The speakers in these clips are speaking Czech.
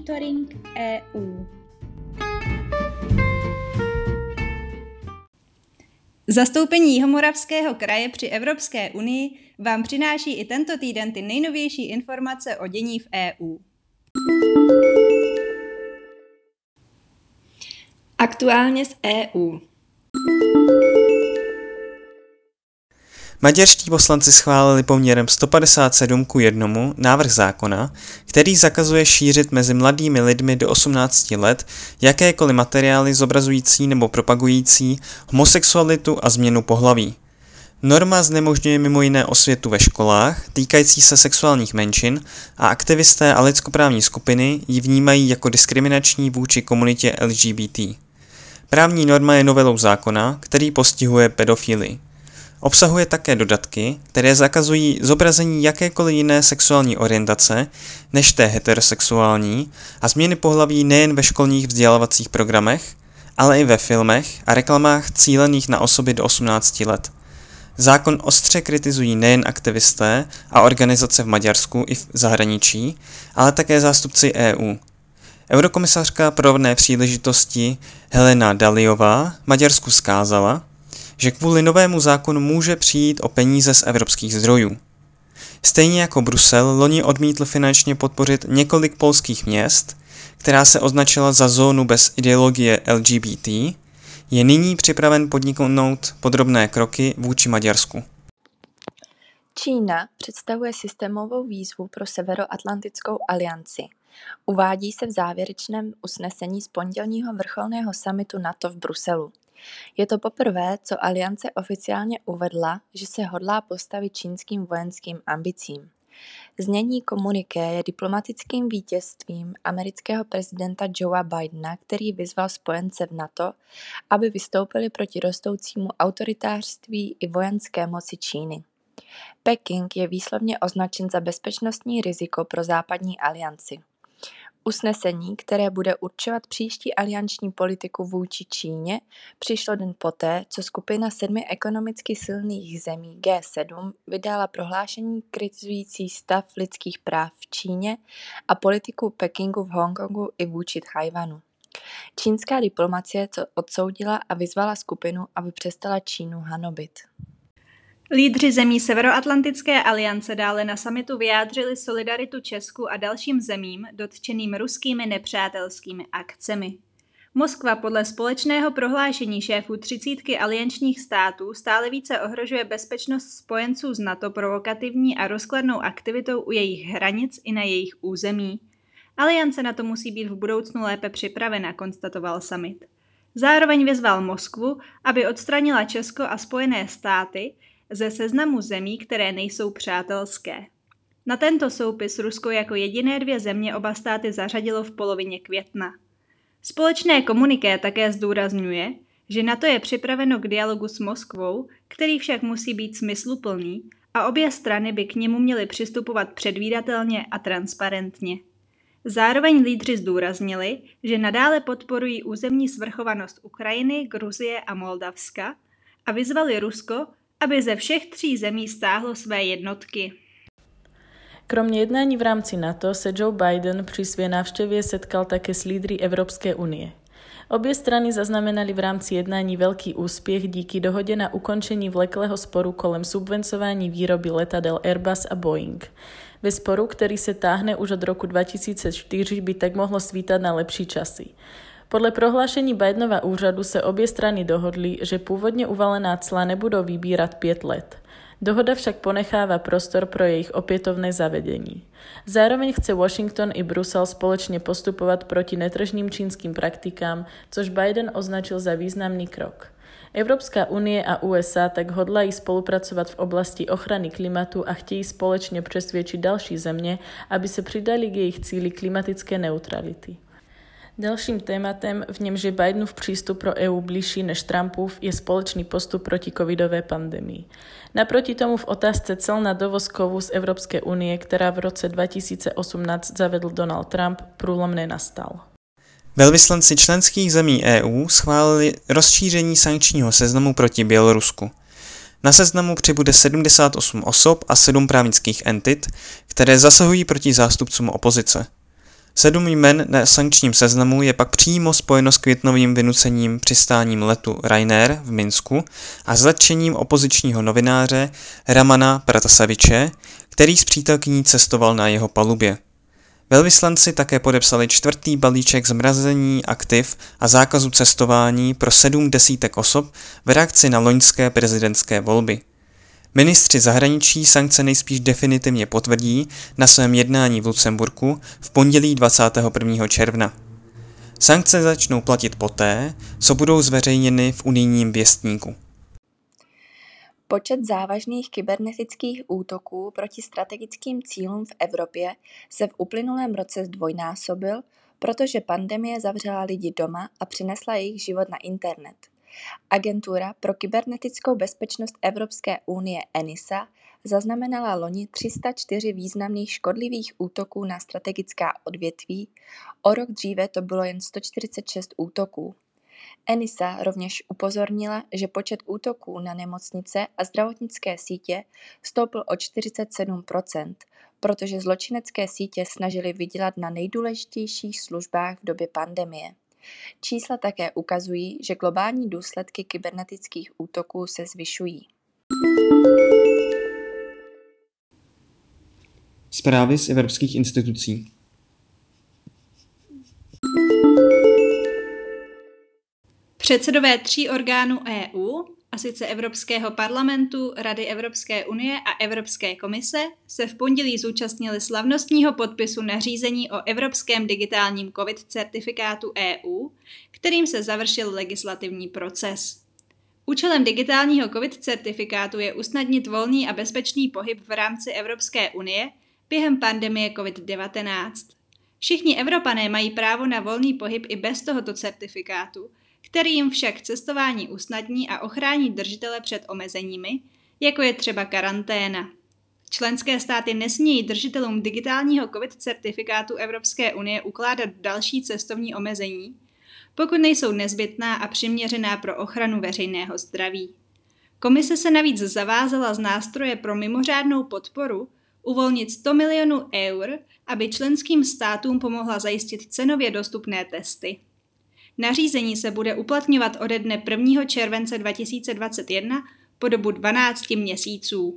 Monitoring EU. Zastoupení Jihomoravského kraje při Evropské unii vám přináší i tento týden ty nejnovější informace o dění v EU. Aktuálně z EU. Maďarští poslanci schválili poměrem 157:1 návrh zákona, který zakazuje šířit mezi mladými lidmi do 18 let jakékoliv materiály zobrazující nebo propagující homosexualitu a změnu pohlaví. Norma znemožňuje mimo jiné osvětu ve školách, týkající se sexuálních menšin, a aktivisté a lidskoprávní skupiny ji vnímají jako diskriminační vůči komunitě LGBT. Právní norma je novelou zákona, který postihuje pedofilii. Obsahuje také dodatky, které zakazují zobrazení jakékoliv jiné sexuální orientace než té heterosexuální a změny pohlaví nejen ve školních vzdělávacích programech, ale i ve filmech a reklamách cílených na osoby do 18 let. Zákon ostře kritizují nejen aktivisté a organizace v Maďarsku i v zahraničí, ale také zástupci EU. Eurokomisařka pro rovné příležitosti Helena Dalliová Maďarsku vzkázala, že kvůli novému zákonu může přijít o peníze z evropských zdrojů. Stejně jako Brusel loni odmítl finančně podpořit několik polských měst, která se označila za zónu bez ideologie LGBT, je nyní připraven podniknout podrobné kroky vůči Maďarsku. Čína představuje systémovou výzvu pro Severoatlantickou alianci. Uvádí se v závěrečném usnesení z pondělního vrcholného summitu NATO v Bruselu. Je to poprvé, co aliance oficiálně uvedla, že se hodlá postavit čínským vojenským ambicím. Znění komuniké je diplomatickým vítězstvím amerického prezidenta Joea Bidena, který vyzval spojence v NATO, aby vystoupili proti rostoucímu autoritářství i vojenské moci Číny. Peking je výslovně označen za bezpečnostní riziko pro západní alianci. Usnesení, které bude určovat příští alianční politiku vůči Číně, přišlo den poté, co skupina 7 ekonomicky silných zemí G7 vydala prohlášení kritizující stav lidských práv v Číně a politiku Pekingu v Hongkongu i vůči Tchaj-wanu. Čínská diplomacie to odsoudila a vyzvala skupinu, aby přestala Čínu hanobit. Lídři zemí Severoatlantické aliance dále na summitu vyjádřili solidaritu Česku a dalším zemím dotčeným ruskými nepřátelskými akcemi. Moskva podle společného prohlášení šéfů 30 aliančních států stále více ohrožuje bezpečnost spojenců z NATO provokativní a rozkladnou aktivitou u jejich hranic i na jejich území. Aliance na to musí být v budoucnu lépe připravena, konstatoval summit. Zároveň vyzval Moskvu, aby odstranila Česko a Spojené státy ze seznamu zemí, které nejsou přátelské. Na tento soupis Rusko jako jediné 2 země oba státy zařadilo v polovině května. Společné komuniké také zdůrazňuje, že NATO je připraveno k dialogu s Moskvou, který však musí být smysluplný a obě strany by k němu měly přistupovat předvídatelně a transparentně. Zároveň lídři zdůraznili, že nadále podporují územní svrchovanost Ukrajiny, Gruzie a Moldavska a vyzvali Rusko, aby ze všech 3 zemí stáhlo své jednotky. Kromě jednání v rámci NATO se Joe Biden při své návštěvě setkal také s lídry Evropské unie. Obě strany zaznamenali v rámci jednání velký úspěch díky dohodě na ukončení vleklého sporu kolem subvencování výroby letadel Airbus a Boeing. Ve sporu, který se táhne už od roku 2004, by tak mohlo svítat na lepší časy. Podle prohlášení Bidenova úřadu se obě strany dohodly, že původně uvalená cla nebudou vybírat 5 let. Dohoda však ponechává prostor pro jejich opětovné zavedení. Zároveň chce Washington i Brusel společně postupovat proti netržním čínským praktikám, což Biden označil za významný krok. Evropská unie a USA tak hodlají spolupracovat v oblasti ochrany klimatu a chtějí společně přesvědčit další země, aby se přidali k jejich cíli klimatické neutrality. Dalším tématem, v němž je Bidenův přístup pro EU bližší než Trumpův, je společný postup proti covidové pandemii. Naproti tomu v otázce cel na dovoz kovu z Evropské unie, která v roce 2018 zavedl Donald Trump, průlom nenastal. Velvyslanci členských zemí EU schválili rozšíření sankčního seznamu proti Bělorusku. Na seznamu přibude 78 osob a 7 právnických entit, které zasahují proti zástupcům opozice. 7 jmen na sankčním seznamu je pak přímo spojeno s květnovým vynucením přistáním letu Ryanair v Minsku a zatčením opozičního novináře Ramana Pratasaviče, který s přítelkyní cestoval na jeho palubě. Velvyslanci také podepsali 4. balíček zmrazení aktiv a zákazu cestování pro 7 desítek osob v reakci na loňské prezidentské volby. Ministři zahraničí sankce nejspíš definitivně potvrdí na svém jednání v Lucemburku v pondělí 21. června. Sankce začnou platit poté, co budou zveřejněny v unijním věstníku. Počet závažných kybernetických útoků proti strategickým cílům v Evropě se v uplynulém roce zdvojnásobil, protože pandemie zavřela lidi doma a přinesla jejich život na internet. Agentura pro kybernetickou bezpečnost Evropské unie ENISA zaznamenala loni 304 významných škodlivých útoků na strategická odvětví, o rok dříve to bylo jen 146 útoků. ENISA rovněž upozornila, že počet útoků na nemocnice a zdravotnické sítě stoupl o 47%, protože zločinecké sítě snažily vydělat na nejdůležitějších službách v době pandemie. Čísla také ukazují, že globální důsledky kybernetických útoků se zvyšují. Zprávy z evropských institucí. Předsedové 3 orgánů EU, a sice Evropského parlamentu, Rady Evropské unie a Evropské komise, se v pondělí zúčastnili slavnostního podpisu nařízení o Evropském digitálním COVID certifikátu EU, kterým se završil legislativní proces. Účelem digitálního COVID certifikátu je usnadnit volný a bezpečný pohyb v rámci Evropské unie během pandemie COVID-19. Všichni Evropané mají právo na volný pohyb i bez tohoto certifikátu, který jim však cestování usnadní a ochrání držitele před omezeními, jako je třeba karanténa. Členské státy nesmějí držitelům digitálního COVID certifikátu Evropské unie ukládat další cestovní omezení, pokud nejsou nezbytná a přiměřená pro ochranu veřejného zdraví. Komise se navíc zavázala z nástroje pro mimořádnou podporu uvolnit 100 milionů eur, aby členským státům pomohla zajistit cenově dostupné testy. Nařízení se bude uplatňovat ode dne 1. července 2021 po dobu 12 měsíců.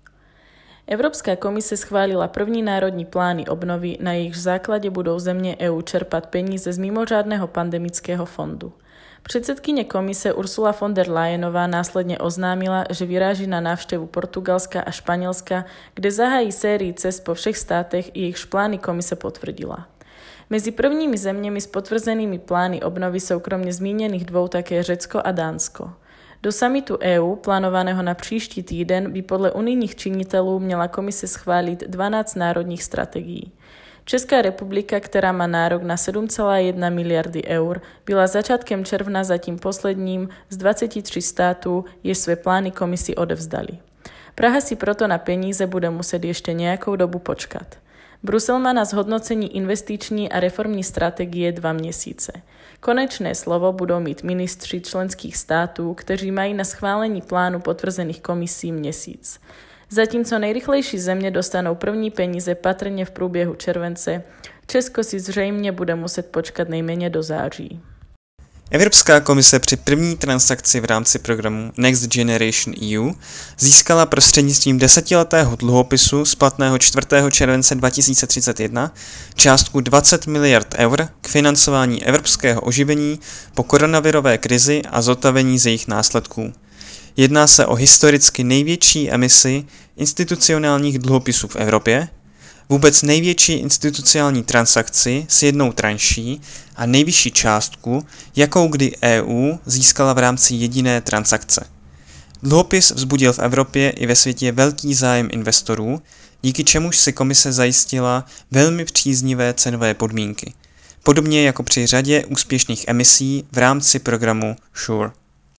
Evropská komise schválila první národní plány obnovy, na jejichž základě budou země EU čerpat peníze z mimořádného pandemického fondu. Předsedkyně komise Ursula von der Leyenová následně oznámila, že vyráží na návštěvu Portugalska a Španělska, kde zahájí sérii cest po všech státech, jejichž plány komise potvrdila. Mezi prvními zeměmi s potvrzenými plány obnovy jsou kromě zmíněných 2 také Řecko a Dánsko. Do summitu EU, plánovaného na příští týden, by podle unijních činitelů měla komise schválit 12 národních strategií. Česká republika, která má nárok na 7,1 miliardy eur, byla začátkem června zatím posledním z 23 států, jež své plány komisi odevzdali. Praha si proto na peníze bude muset ještě nějakou dobu počkat. Brusel má na zhodnocení investiční a reformní strategie 2 měsíce. Konečné slovo budou mít ministři členských států, kteří mají na schválení plánu potvrzených komisí měsíc. Zatímco nejrychlejší země dostanou první peníze patrně v průběhu července, Česko si zřejmě bude muset počkat nejméně do září. Evropská komise při první transakci v rámci programu Next Generation EU získala prostřednictvím 10letého dluhopisu splatného 4. července 2031 částku 20 miliard eur k financování evropského oživení po koronavirové krizi a zotavení z jejich následků. Jedná se o historicky největší emisi institucionálních dluhopisů v Evropě, vůbec největší institucionální transakci s jednou tranší a nejvyšší částku, jakou kdy EU získala v rámci jediné transakce. Dluhopis vzbudil v Evropě i ve světě velký zájem investorů, díky čemuž si komise zajistila velmi příznivé cenové podmínky, podobně jako při řadě úspěšných emisí v rámci programu SURE.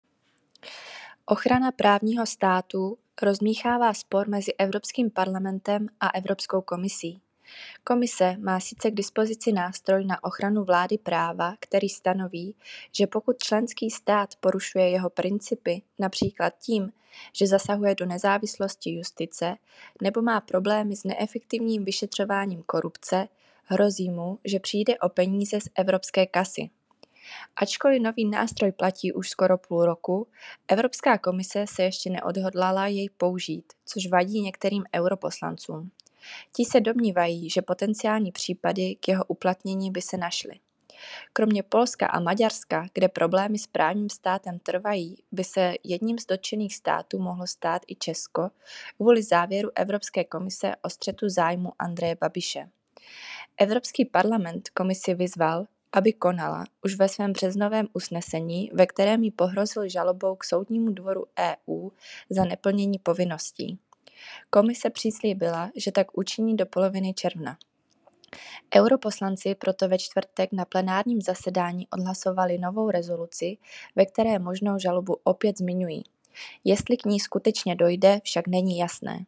Ochrana právního státu rozmíchává spor mezi Evropským parlamentem a Evropskou komisí. Komise má sice k dispozici nástroj na ochranu vlády práva, který stanoví, že pokud členský stát porušuje jeho principy, například tím, že zasahuje do nezávislosti justice nebo má problémy s neefektivním vyšetřováním korupce, Hrozí mu, že přijde o peníze z evropské kasy. Ačkoliv nový nástroj platí už skoro půl roku, Evropská komise se ještě neodhodlala jej použít, což vadí některým europoslancům. Ti se domnívají, že potenciální případy k jeho uplatnění by se našly. Kromě Polska a Maďarska, kde problémy s právním státem trvají, by se jedním z dotčených států mohlo stát i Česko kvůli závěru Evropské komise o střetu zájmu Andreje Babiše. Evropský parlament komisi vyzval, aby konala už ve svém březnovém usnesení, ve kterém jí pohrozil žalobou k Soudnímu dvoru EU za neplnění povinností. Komise přislíbila, že tak učiní do poloviny června. Europoslanci proto ve čtvrtek na plenárním zasedání odhlasovali novou rezoluci, ve které možnou žalobu opět zmiňují. Jestli k ní skutečně dojde, však není jasné.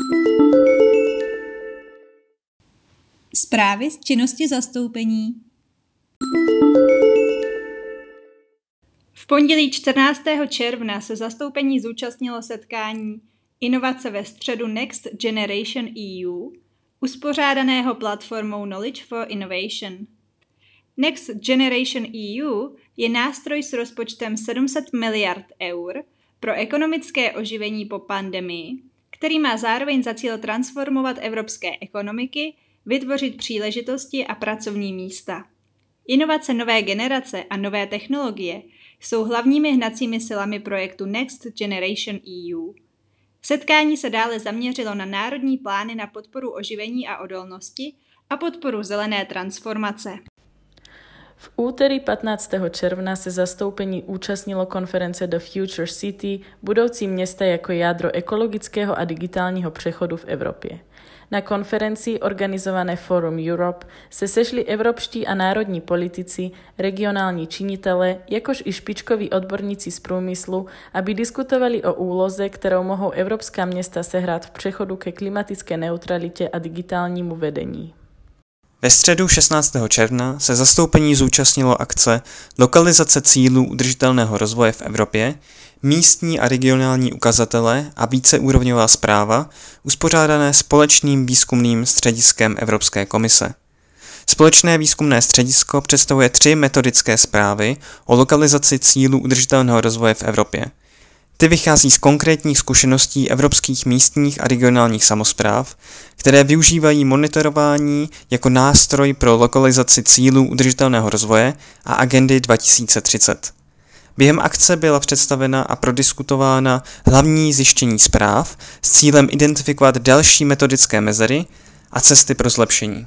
Zprávy z činnosti zastoupení. V pondělí 14. června se zastoupení zúčastnilo setkání Inovace ve středu Next Generation EU, uspořádaného platformou Knowledge for Innovation. Next Generation EU je nástroj s rozpočtem 700 miliard eur pro ekonomické oživení po pandemii, který má zároveň za cíl transformovat evropské ekonomiky, vytvořit příležitosti a pracovní místa. Inovace nové generace a nové technologie jsou hlavními hnacími silami projektu Next Generation EU. Setkání se dále zaměřilo na národní plány na podporu oživení a odolnosti a podporu zelené transformace. V úterý 15. června se zastoupení účastnilo konference The Future City, budoucí města jako jádro ekologického a digitálního přechodu v Evropě. Na konferenci organizované Forum Europe se sešli evropští a národní politici, regionální činitelé, jakož i špičkoví odborníci z průmyslu, aby diskutovali o úloze, kterou mohou evropská města sehrát v přechodu ke klimatické neutralitě a digitálnímu vedení. Ve středu 16. června se zastoupení zúčastnilo akce Lokalizace cílů udržitelného rozvoje v Evropě, místní a regionální ukazatele a víceúrovňová správa, uspořádané společným výzkumným střediskem Evropské komise. Společné výzkumné středisko představuje 3 metodické zprávy o lokalizaci cílů udržitelného rozvoje v Evropě. Ty vychází z konkrétních zkušeností evropských místních a regionálních samospráv, které využívají monitorování jako nástroj pro lokalizaci cílů udržitelného rozvoje a agendy 2030. Během akce byla představena a prodiskutována hlavní zjištění zpráv s cílem identifikovat další metodické mezery a cesty pro zlepšení.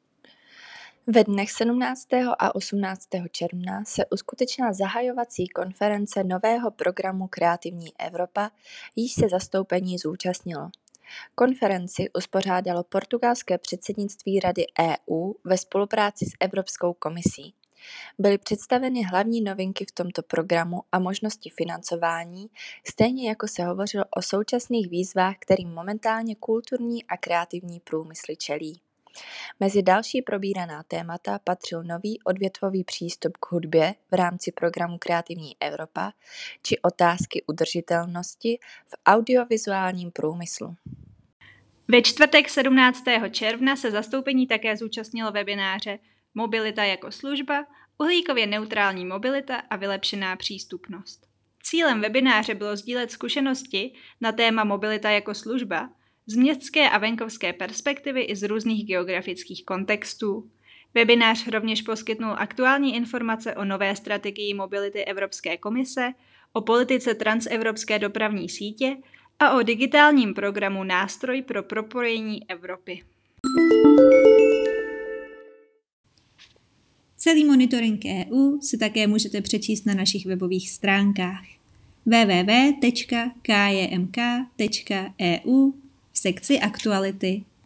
Ve dnech 17. a 18. června se uskutečnila zahajovací konference nového programu Kreativní Evropa, jíž se zastoupení zúčastnilo. Konferenci uspořádalo portugalské předsednictví Rady EU ve spolupráci s Evropskou komisí. Byly představeny hlavní novinky v tomto programu a možnosti financování, stejně jako se hovořilo o současných výzvách, kterým momentálně kulturní a kreativní průmysly čelí. Mezi další probíraná témata patřil nový odvětvový přístup k hudbě v rámci programu Kreativní Evropa či otázky udržitelnosti v audiovizuálním průmyslu. Ve čtvrtek 17. června se zastoupení také zúčastnilo webináře Mobilita jako služba, uhlíkově neutrální mobilita a vylepšená přístupnost. Cílem webináře bylo sdílet zkušenosti na téma mobilita jako služba z městské a venkovské perspektivy i z různých geografických kontextů. Webinář rovněž poskytnul aktuální informace o nové strategii mobility Evropské komise, o politice transevropské dopravní sítě a o digitálním programu Nástroj pro propojení Evropy. Celý monitoring EU si také můžete přečíst na našich webových stránkách www.kjmk.eu v sekci Aktuality.